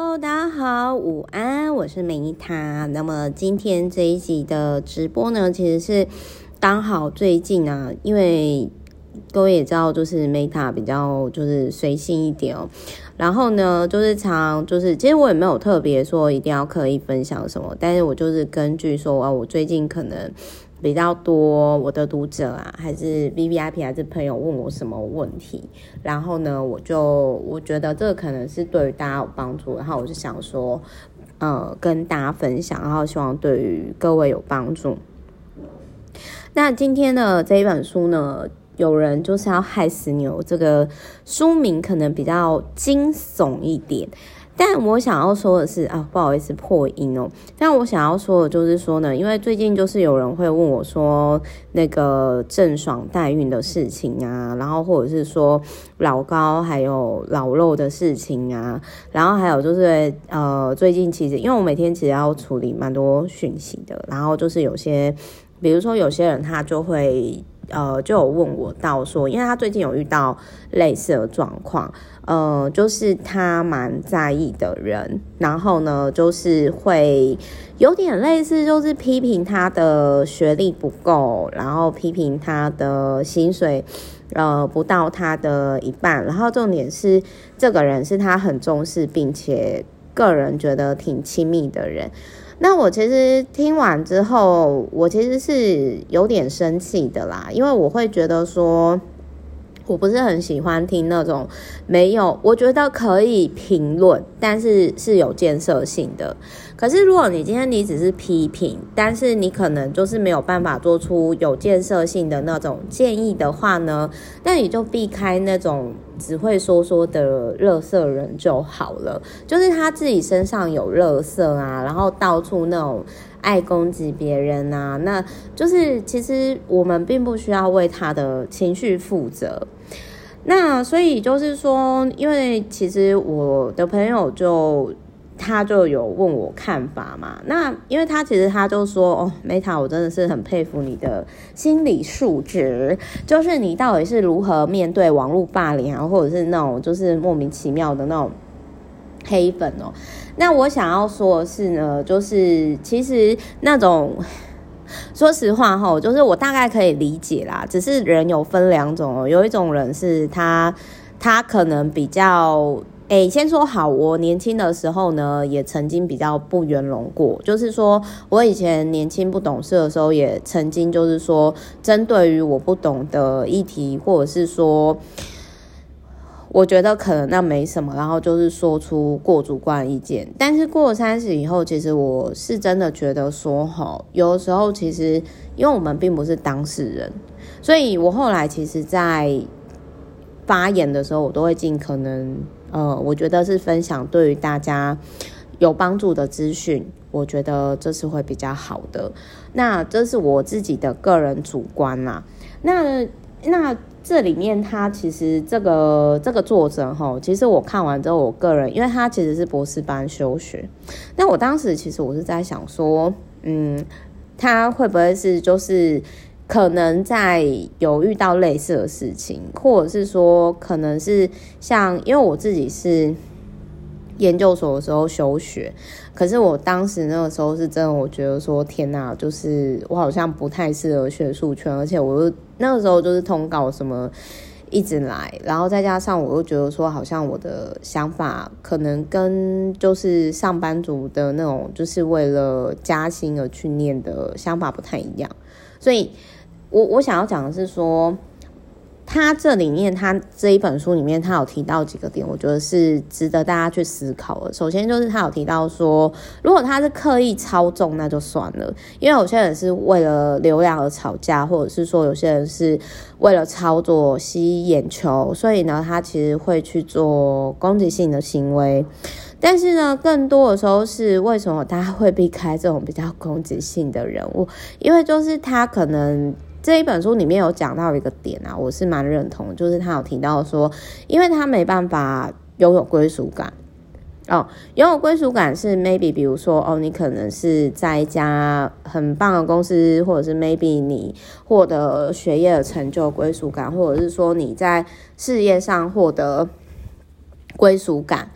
Hello， 大家好，午安，我是美塔。那么今天这一集的直播呢，其实是刚好最近啊，因为各位也知道，就是 Meta 比较就是随性一点哦。然后呢，就是其实我也没有特别说一定要刻意分享什么，但是我就是根据说我最近可能比较多我的读者啊，还是 VVIP 还是朋友问我什么问题，然后呢，我觉得这个可能是对于大家有帮助，然后我就想说，跟大家分享，然后希望对于各位有帮助。那今天的这一本书呢，有人就是要害死你哦，这个书名可能比较惊悚一点。但我想要说的是不好意思破音哦。但我想要说的就是说呢，因为最近就是有人会问我说那个郑爽代孕的事情啊，然后或者是说老高还有老肉的事情啊，然后还有就是最近其实因为我每天其实要处理蛮多讯息的，然后就是有些比如说有些人他就会就有问我到说，因为他最近有遇到类似的状况，就是他蛮在意的人，然后呢，就是会有点类似，就是批评他的学历不够，然后批评他的薪水不到他的一半，然后重点是这个人是他很重视，并且个人觉得挺亲密的人。那我其实听完之后，我其实是有点生气的啦，因为我会觉得说，我不是很喜欢听那种没有，我觉得可以评论，但是是有建设性的。可是如果你今天你只是批评，但是你可能就是没有办法做出有建设性的那种建议的话呢，那你就避开那种只会说的垃圾人就好了。就是他自己身上有垃圾啊，然后到处那种爱攻击别人啊，那就是其实我们并不需要为他的情绪负责。那所以就是说，因为其实我的朋友他就有问我看法嘛，那因为他就说Meta 我真的是很佩服你的心理素质，就是你到底是如何面对网络霸凌啊，或者是那种就是莫名其妙的那种黑粉哦。那我想要说的是呢，就是其实那种说实话就是我大概可以理解啦，只是人有分两种哦，有一种人是他可能比较先说好，我年轻的时候呢，也曾经比较不圆融过。就是说我以前年轻不懂事的时候，也曾经就是说，针对于我不懂的议题，或者是说，我觉得可能那没什么，然后就是说出过主观意见。但是过了30以后，其实我是真的觉得说，有的时候其实因为我们并不是当事人，所以我后来其实在发言的时候，我都会尽可能我觉得是分享对于大家有帮助的资讯，我觉得这是会比较好的。那这是我自己的个人主观啦。那这里面他其实这个作者其实我看完之后，我个人因为他其实是博士班休学，那我当时其实我是在想说，他会不会是就是可能在有遇到类似的事情，或者是说可能是像因为我自己是研究所的时候休学，可是我当时那个时候是真的我觉得说天哪，就是我好像不太适合学术圈，而且我那个时候就是通告什么一直来，然后再加上我又觉得说好像我的想法可能跟就是上班族的那种就是为了加薪而去念的想法不太一样，所以我想要讲的是说，他这里面他这一本书里面他有提到几个点，我觉得是值得大家去思考的。首先就是他有提到说，如果他是刻意操纵那就算了，因为有些人是为了流量而吵架，或者是说有些人是为了操作吸眼球，所以呢他其实会去做攻击性的行为。但是呢更多的时候是为什么他会避开这种比较攻击性的人物，因为就是他可能这一本书里面有讲到一个点啊，我是蛮认同的，就是他有提到说，因为他没办法拥有归属感。拥有归属感是 maybe 比如说你可能是在一家很棒的公司，或者是 maybe 你获得学业的成就归属感，或者是说你在事业上获得归属感。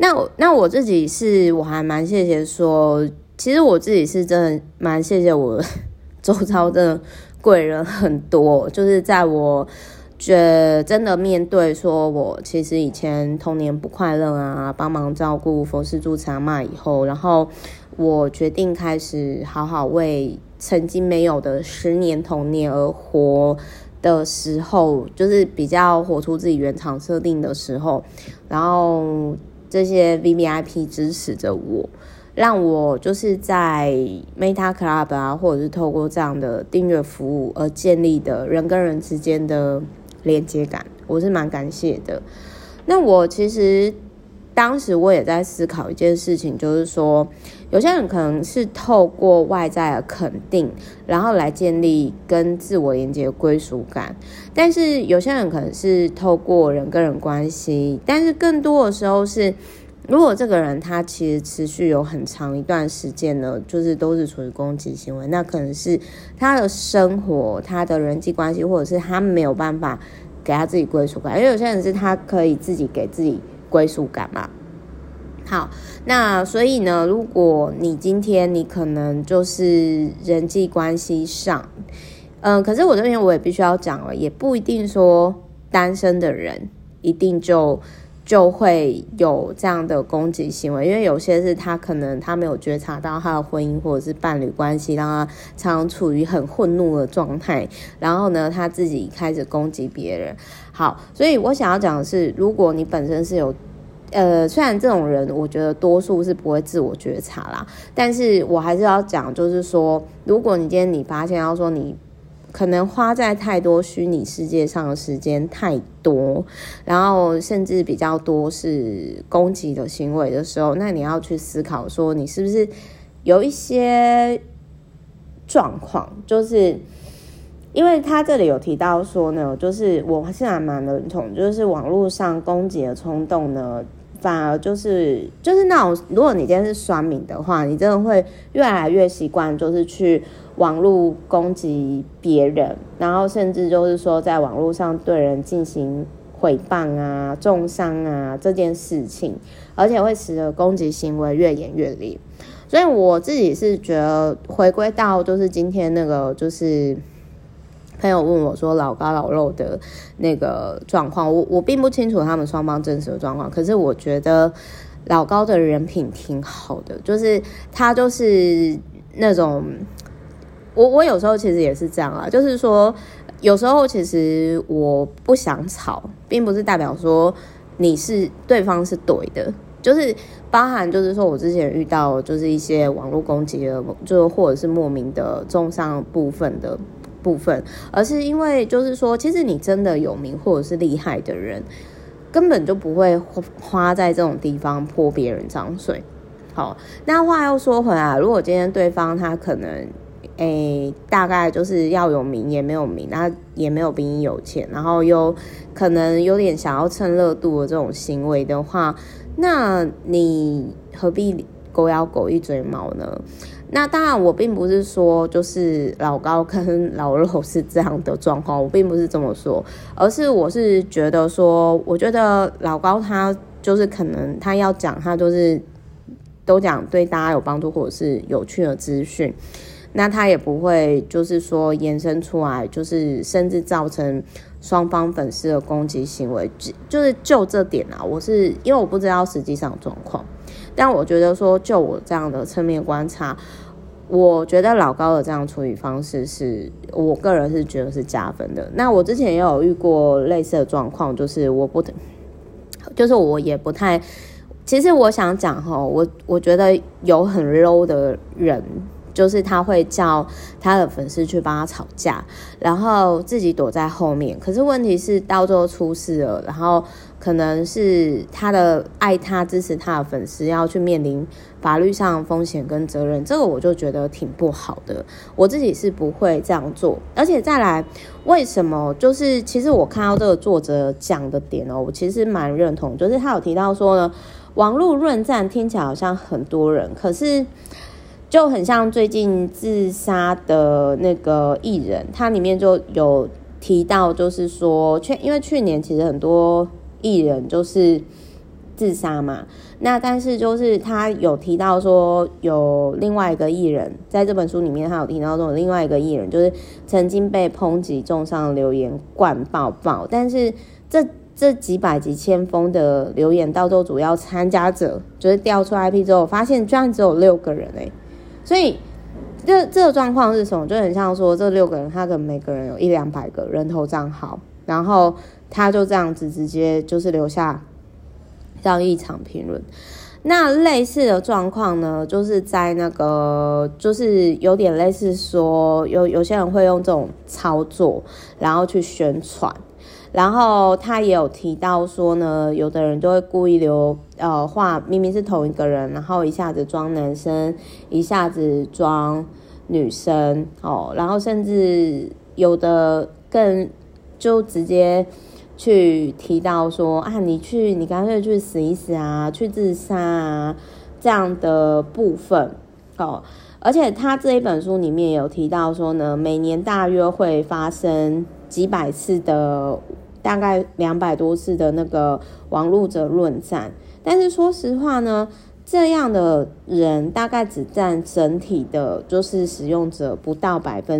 那我自己我还蛮谢谢说，其实我自己是真的蛮谢谢我周遭真的贵人很多，就是在我真的面对说我其实以前童年不快乐啊，帮忙照顾佛事住持阿嬷以后，然后我决定开始好好为曾经没有的10年童年而活的时候，就是比较活出自己原厂设定的时候，然后这些 VVIP 支持着我，让我就是在 Meta Club 啊，或者是透过这样的订阅服务而建立的人跟人之间的连接感，我是蛮感谢的。那我其实当时我也在思考一件事情，就是说有些人可能是透过外在的肯定，然后来建立跟自我连接的归属感，但是有些人可能是透过人跟人关系，但是更多的时候是如果这个人他其实持续有很长一段时间呢，就是都是处于攻击行为，那可能是他的生活、他的人际关系，或者是他没有办法给他自己归属感，因为有些人是他可以自己给自己归属感嘛。好，那所以呢，如果你今天你可能就是人际关系上，可是我这边我也必须要讲了，也不一定说单身的人一定就会有这样的攻击行为，因为有些是他可能他没有觉察到他的婚姻或者是伴侣关系让他常常处于很愤怒的状态，然后呢他自己开始攻击别人。好，所以我想要讲的是，如果你本身是有虽然这种人我觉得多数是不会自我觉察啦，但是我还是要讲，就是说如果你今天你发现要说你可能花在太多虚拟世界上的时间太多，然后甚至比较多是攻击的行为的时候，那你要去思考说你是不是有一些状况，就是因为他这里有提到说呢，就是我是还蛮认同，就是网络上攻击的冲动呢，反而就是那种，如果你今天是酸民的话，你真的会越来越习惯，就是去网络攻击别人，然后甚至就是说在网络上对人进行诽谤啊、重伤啊这件事情，而且会使得攻击行为越演越烈。所以我自己是觉得，回归到就是今天那个就是朋友问我说老高老肉的那个状况，我并不清楚他们双方真实的状况，可是我觉得老高的人品挺好的，就是他就是那种我有时候其实也是这样啦，就是说有时候其实我不想吵，并不是代表说对方是对的，就是包含就是说我之前遇到就是一些网络攻击的，就或者是莫名的重伤部分，而是因为就是说其实你真的有名或者是厉害的人根本就不会花在这种地方泼别人脏水。好，那话又说回来，如果今天对方他可能大概就是要有名也没有名，他也没有比你有钱，然后又可能有点想要蹭热度的这种行为的话，那你何必狗咬狗一嘴毛呢？那当然我并不是说就是老高跟老肉是这样的状况，我并不是这么说，而是我是觉得说，我觉得老高他就是可能他要讲，他就是都讲对大家有帮助或者是有趣的资讯，那他也不会就是说延伸出来，就是甚至造成双方粉丝的攻击行为，就是就这点啊，我是因为我不知道实际上的状况，但我觉得说就我这样的侧面观察，我觉得老高的这样处理方式是我个人是觉得是加分的。那我之前也有遇过类似的状况，就是我也不太，其实我想讲我觉得有很 low 的人，就是他会叫他的粉丝去帮他吵架，然后自己躲在后面，可是问题是到最后出事了，然后可能是他的爱他支持他的粉丝要去面临法律上的风险跟责任，这个我就觉得挺不好的，我自己是不会这样做。而且再来，为什么就是其实我看到这个作者讲的点我其实蛮认同，就是他有提到说呢，网络论战听起来好像很多人，可是就很像最近自杀的那个艺人，他里面就有提到，就是说因为去年其实很多艺人就是自杀嘛。那但是就是他有提到说有另外一个艺人，在这本书里面他有提到说有另外一个艺人就是曾经被抨击重伤留言灌爆，但是这几百几千封的留言到最后主要参加者就是调出 IP 之后发现居然只有6个人所以这个状况是什么？就很像说这6个人他可能每个人有100-200个人头账号，然后他就这样子直接就是留下这样一场评论。那类似的状况呢，就是在那个就是有点类似说有些人会用这种操作然后去宣传，然后他也有提到说呢，有的人就会故意画明明是同一个人，然后一下子装男生，一下子装女生然后甚至有的更就直接去提到说你干脆去死一死啊，去自杀啊这样的部分而且他这一本书里面有提到说呢，每年大约会发生几百次的大概200多次的那个网络者论战，但是说实话呢，这样的人大概只占整体的就是使用者不到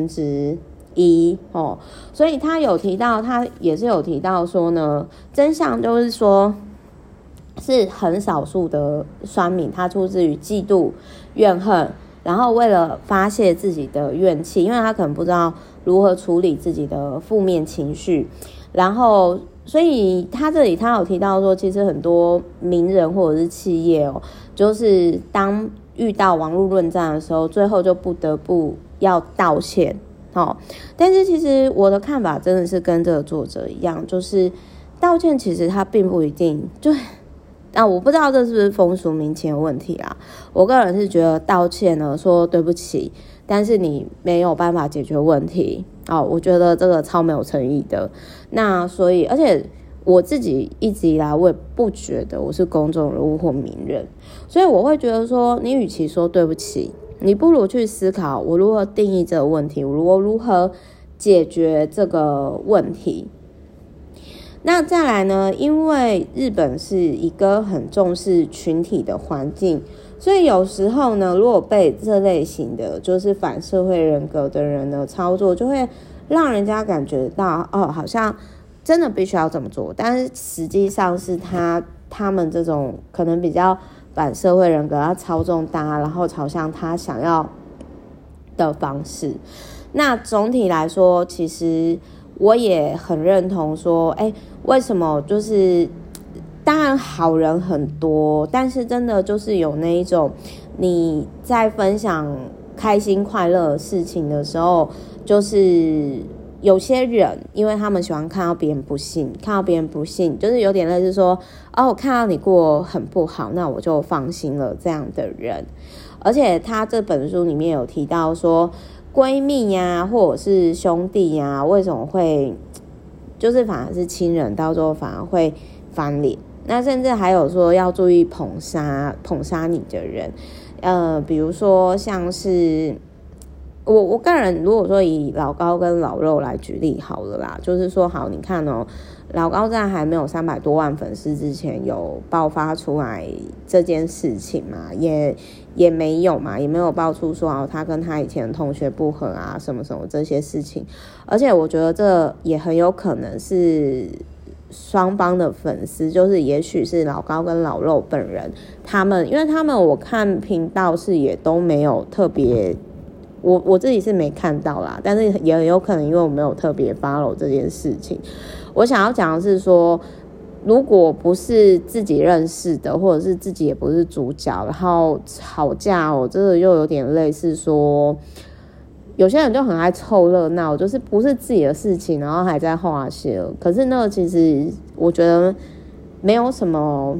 1%所以他也是有提到说呢，真相就是说是很少数的酸民他出自于嫉妒怨恨，然后为了发泄自己的怨气，因为他可能不知道如何处理自己的负面情绪，然后所以他这里他有提到说，其实很多名人或者是企业就是当遇到网络论战的时候，最后就不得不要道歉但是其实我的看法真的是跟这个作者一样，就是道歉其实它并不一定我不知道这是不是风俗民情的问题啦。我个人是觉得道歉呢，说对不起，但是你没有办法解决问题我觉得这个超没有诚意的。那所以而且我自己一直以来我也不觉得我是公众人物或名人，所以我会觉得说，你与其说对不起，你不如去思考我如何定义这个问题，我如何解决这个问题。那再来呢，因为日本是一个很重视群体的环境，所以有时候呢，如果被这类型的就是反社会人格的人的操作，就会让人家感觉到好像真的必须要这么做，但是实际上是他们这种可能比较反社会人格要操纵大家，然后朝向他想要的方式。那总体来说，其实我也很认同说为什么就是当然好人很多，但是真的就是有那一种你在分享开心快乐的事情的时候，就是有些人因为他们喜欢看到别人不幸，就是有点类似说我看到你过很不好，那我就放心了这样的人。而且他这本书里面有提到说，闺蜜呀或者是兄弟呀为什么会就是反而是亲人到最后反而会翻脸，那甚至还有说要注意捧杀你的人比如说像是我个人如果说以老高跟老肉来举例好了啦，就是说好你看老高在还没有300多万粉丝之前有爆发出来这件事情嘛，也没有嘛，也没有爆出说他跟他以前的同学不和啊什么什么这些事情。而且我觉得这也很有可能是双方的粉丝，就是也许是老高跟老肉本人因为他们我看频道是也都没有特别，我自己是没看到啦，但是也很有可能因为我没有特别 follow 这件事情。我想要讲的是说，如果不是自己认识的，或者是自己也不是主角，然后吵架这个又有点类似说，有些人就很爱凑热闹，就是不是自己的事情，然后还在画线。可是那个其实我觉得没有什么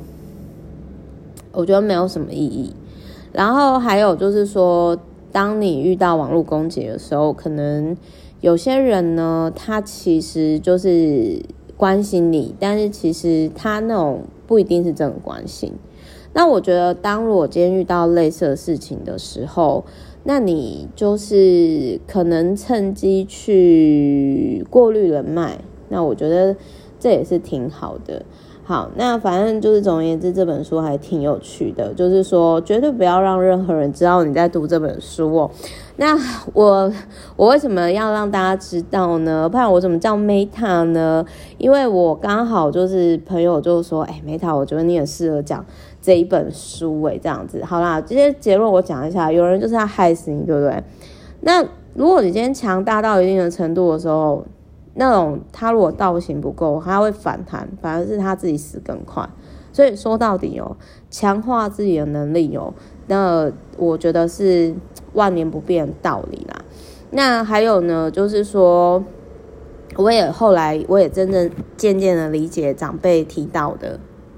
意义。然后还有就是说，当你遇到网络攻击的时候，可能有些人呢，他其实就是关心你，但是其实他那种不一定是真的关心。那我觉得当如果今天遇到类似的事情的时候，那你就是可能趁机去过滤人脉，那我觉得这也是挺好的。 好，那反正就是总而言之，这本书还挺有趣的，就是说绝对不要让任何人知道你在读这本书哦。那我为什么要让大家知道呢？不然我怎么叫 Meta 呢？因为我刚好就是朋友就说，Meta 我觉得你也适合讲这一本书这样子。好啦，这些结论我讲一下，有人就是要害死你，对不对？那如果你今天强大到一定的程度的时候，那种他如果道行不够，他会反弹，反而是他自己死更快。所以说到底强化自己的能力那我觉得是万年不变的道理啦。那还有呢，就是说，后来我也真正渐渐的理解长辈提到的。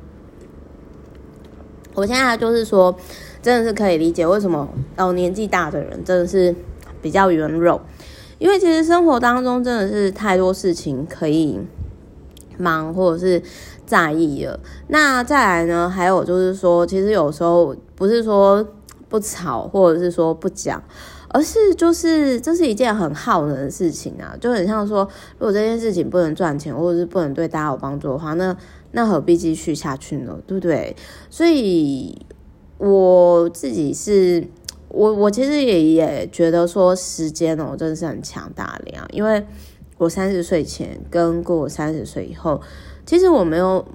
我现在就是说，真的是可以理解为什么年纪大的人真的是比较圆柔。因为其实生活当中真的是太多事情可以忙或者是在意了。那再来呢，还有就是说，其实有时候不是说不吵或者是说不讲，而是就是这是一件很耗人的事情啊，就很像说，如果这件事情不能赚钱或者是不能对大家有帮助的话，那何必继续下去呢？对不对？所以我自己是。我其实也觉得说时间真的是很强大的呀，因为我30岁前跟过我30岁以后，其实我没有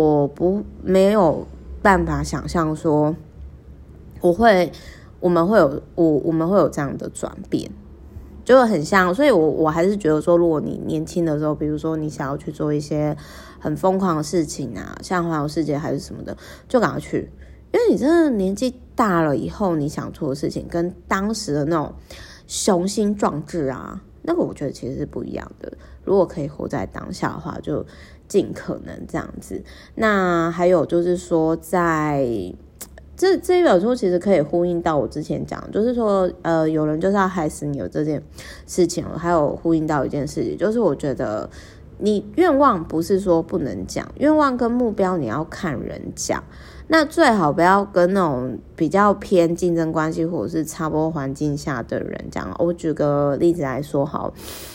办法想象说我们会有这样的转变，就很像，所以我还是觉得说，如果你年轻的时候，比如说你想要去做一些很疯狂的事情啊，像环游世界还是什么的，就赶快去。因为你真的年纪大了以后，你想做的事情跟当时的那种雄心壮志啊，那个我觉得其实是不一样的。如果可以活在当下的话，就尽可能这样子。那还有就是说在这一本书其实可以呼应到我之前讲，就是说有人就是要害死你有这件事情，还有呼应到一件事情，就是我觉得你愿望不是说不能讲，愿望跟目标你要看人讲。那最好不要跟那种比较偏竞争关系或者是差不多环境下的人讲。我举个例子来说好，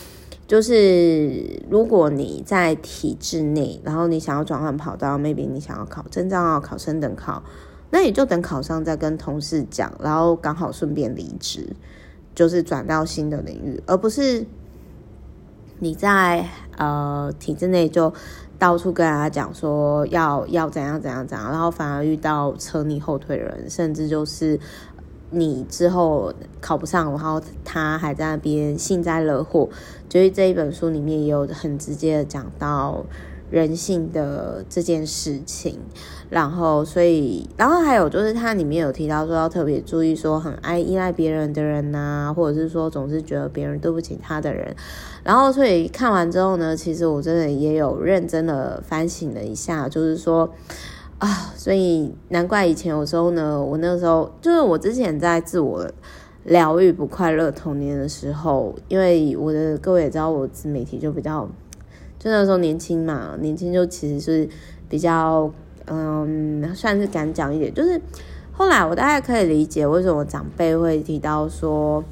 就是如果你在体制内，然后你想要转换跑道 ，maybe 你想要考证照、考升等考，那你就等考上再跟同事讲，然后刚好顺便离职，就是转到新的领域，而不是你在体制内就到处跟人家讲说要怎样怎样怎样，然后反而遇到扯你后腿的人，甚至就是你之后考不上，然后他还在那边幸灾乐祸。就是这一本书里面也有很直接的讲到人性的这件事情，然后还有就是它里面有提到说要特别注意说很爱依赖别人的人啊，或者是说总是觉得别人对不起他的人。然后所以看完之后呢，其实我真的也有认真的反省了一下，就是说所以难怪以前有时候呢，我那个时候就是我之前在自我疗愈不快乐童年的时候，因为各位也知道我自媒体就比较，就那时候年轻嘛，年轻就其实是比较算是敢讲一点。就是后来我大概可以理解为什么长辈会提到说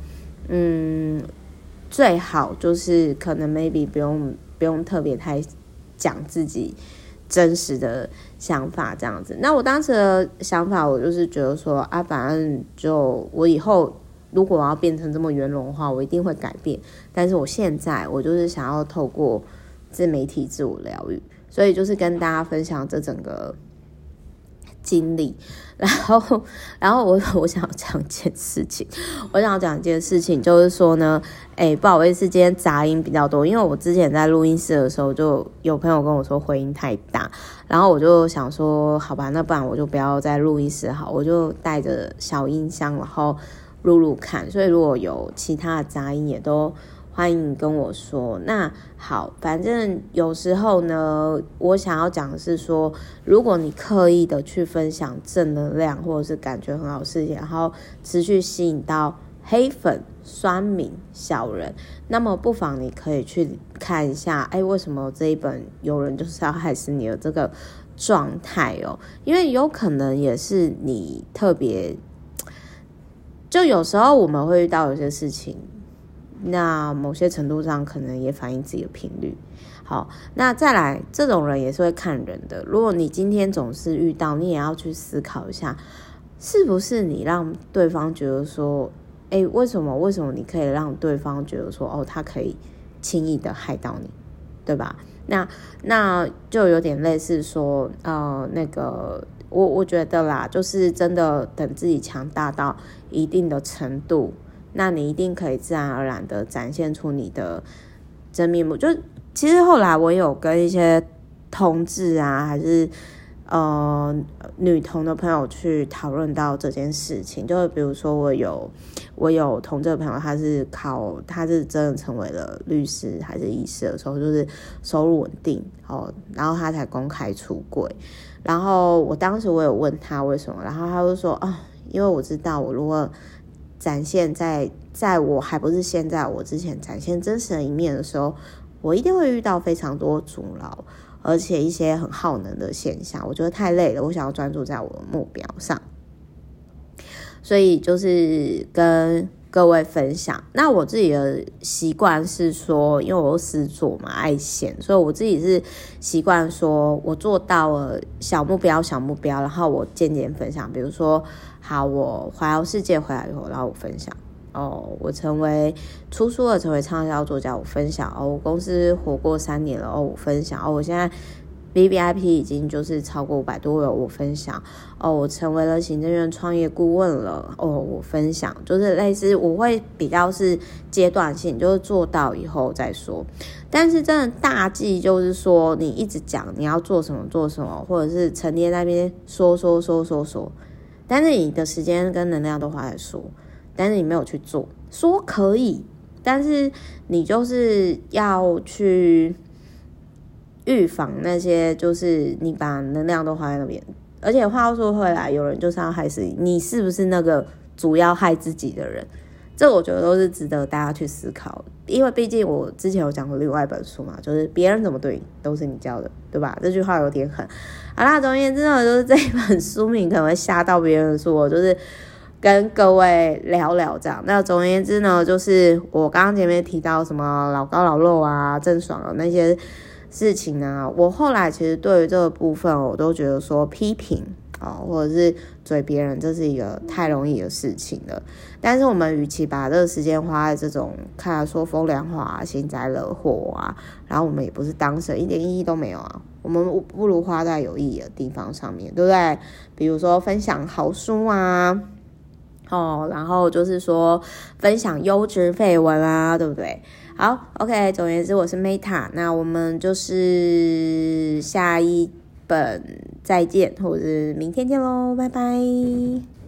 最好就是可能 maybe 不用特别太讲自己真实的想法这样子。那我当时的想法，我就是觉得说反正就我以后如果我要变成这么圆融的话，我一定会改变。但是我现在我就是想要透过自媒体自我疗愈，所以就是跟大家分享这整个经历。然后我想要讲一件事情，就是说呢，不好意思，今天杂音比较多，因为我之前在录音室的时候，就有朋友跟我说回音太大，然后我就想说，好吧，那不然我就不要在录音室好，我就带着小音箱，然后录看。所以如果有其他的杂音，也都欢迎跟我说。那好，反正有时候呢，我想要讲的是说，如果你刻意的去分享正能量或者是感觉很好的事情，然后持续吸引到黑粉、酸民、小人，那么不妨你可以去看一下，为什么这一本有人就是要害死你的这个状态因为有可能也是你特别，就有时候我们会遇到有些事情，那某些程度上可能也反映自己的频率。 好，那再来，这种人也是会看人的。如果你今天总是遇到，你也要去思考一下，是不是你让对方觉得说，为什么你可以让对方觉得说，他可以轻易的害到你，对吧？那就有点类似说，我觉得啦，就是真的等自己强大到一定的程度，那你一定可以自然而然的展现出你的真面目。就其实后来我有跟一些同志啊，还是女同的朋友去讨论到这件事情，就比如说我有同志的朋友，他是真的成为了律师还是医师的时候，就是收入稳定然后他才公开出柜。然后我当时我有问他为什么，然后他就说因为我知道我如果展现在我还不是现在我之前展现真实的一面的时候，我一定会遇到非常多阻挠，而且一些很耗能的现象，我觉得太累了，我想要专注在我的目标上。所以就是跟各位分享。那我自己的习惯是说，因为我是狮子座嘛，爱现，所以我自己是习惯说我做到了小目标，然后我渐渐分享。比如说好，我环游世界回来以后，然后我分享我成为出书了，成为畅销作家，我分享我公司活过3年了我分享我现在VVIP 已经就是超过500多位我分享我成为了行政院创业顾问了我分享，就是类似我会比较是阶段性，就是做到以后再说。但是真的大忌就是说你一直讲你要做什么，或者是成天在那边说，但是你的时间跟能量都花在说，但是你没有去做。说可以，但是你就是要去预防那些，就是你把能量都花在那边。而且话说回来，有人就是要害死你，你是不是那个主要害自己的人？这我觉得都是值得大家去思考，因为毕竟我之前有讲过另外一本书嘛，就是别人怎么对你都是你教的，对吧？这句话有点狠。好啦，总而言之呢，就是这一本书名可能会吓到别人的书，我就是跟各位聊聊这样。那总而言之呢，就是我刚刚前面提到什么老高老肉啊、郑爽的那些事情呢，我后来其实对于这个部分我都觉得说批评或者是嘴别人，这是一个太容易的事情了。但是我们与其把这个时间花在这种看来说风凉话幸灾乐祸然后我们也不是当事人，一点意义都没有我们不如花在有意义的地方上面，对不对？比如说分享好书然后就是说分享优质绯闻对不对？好 OK， 总而言之我是 Meta， 那我们就是下一本再见，或者是明天见咯，拜拜。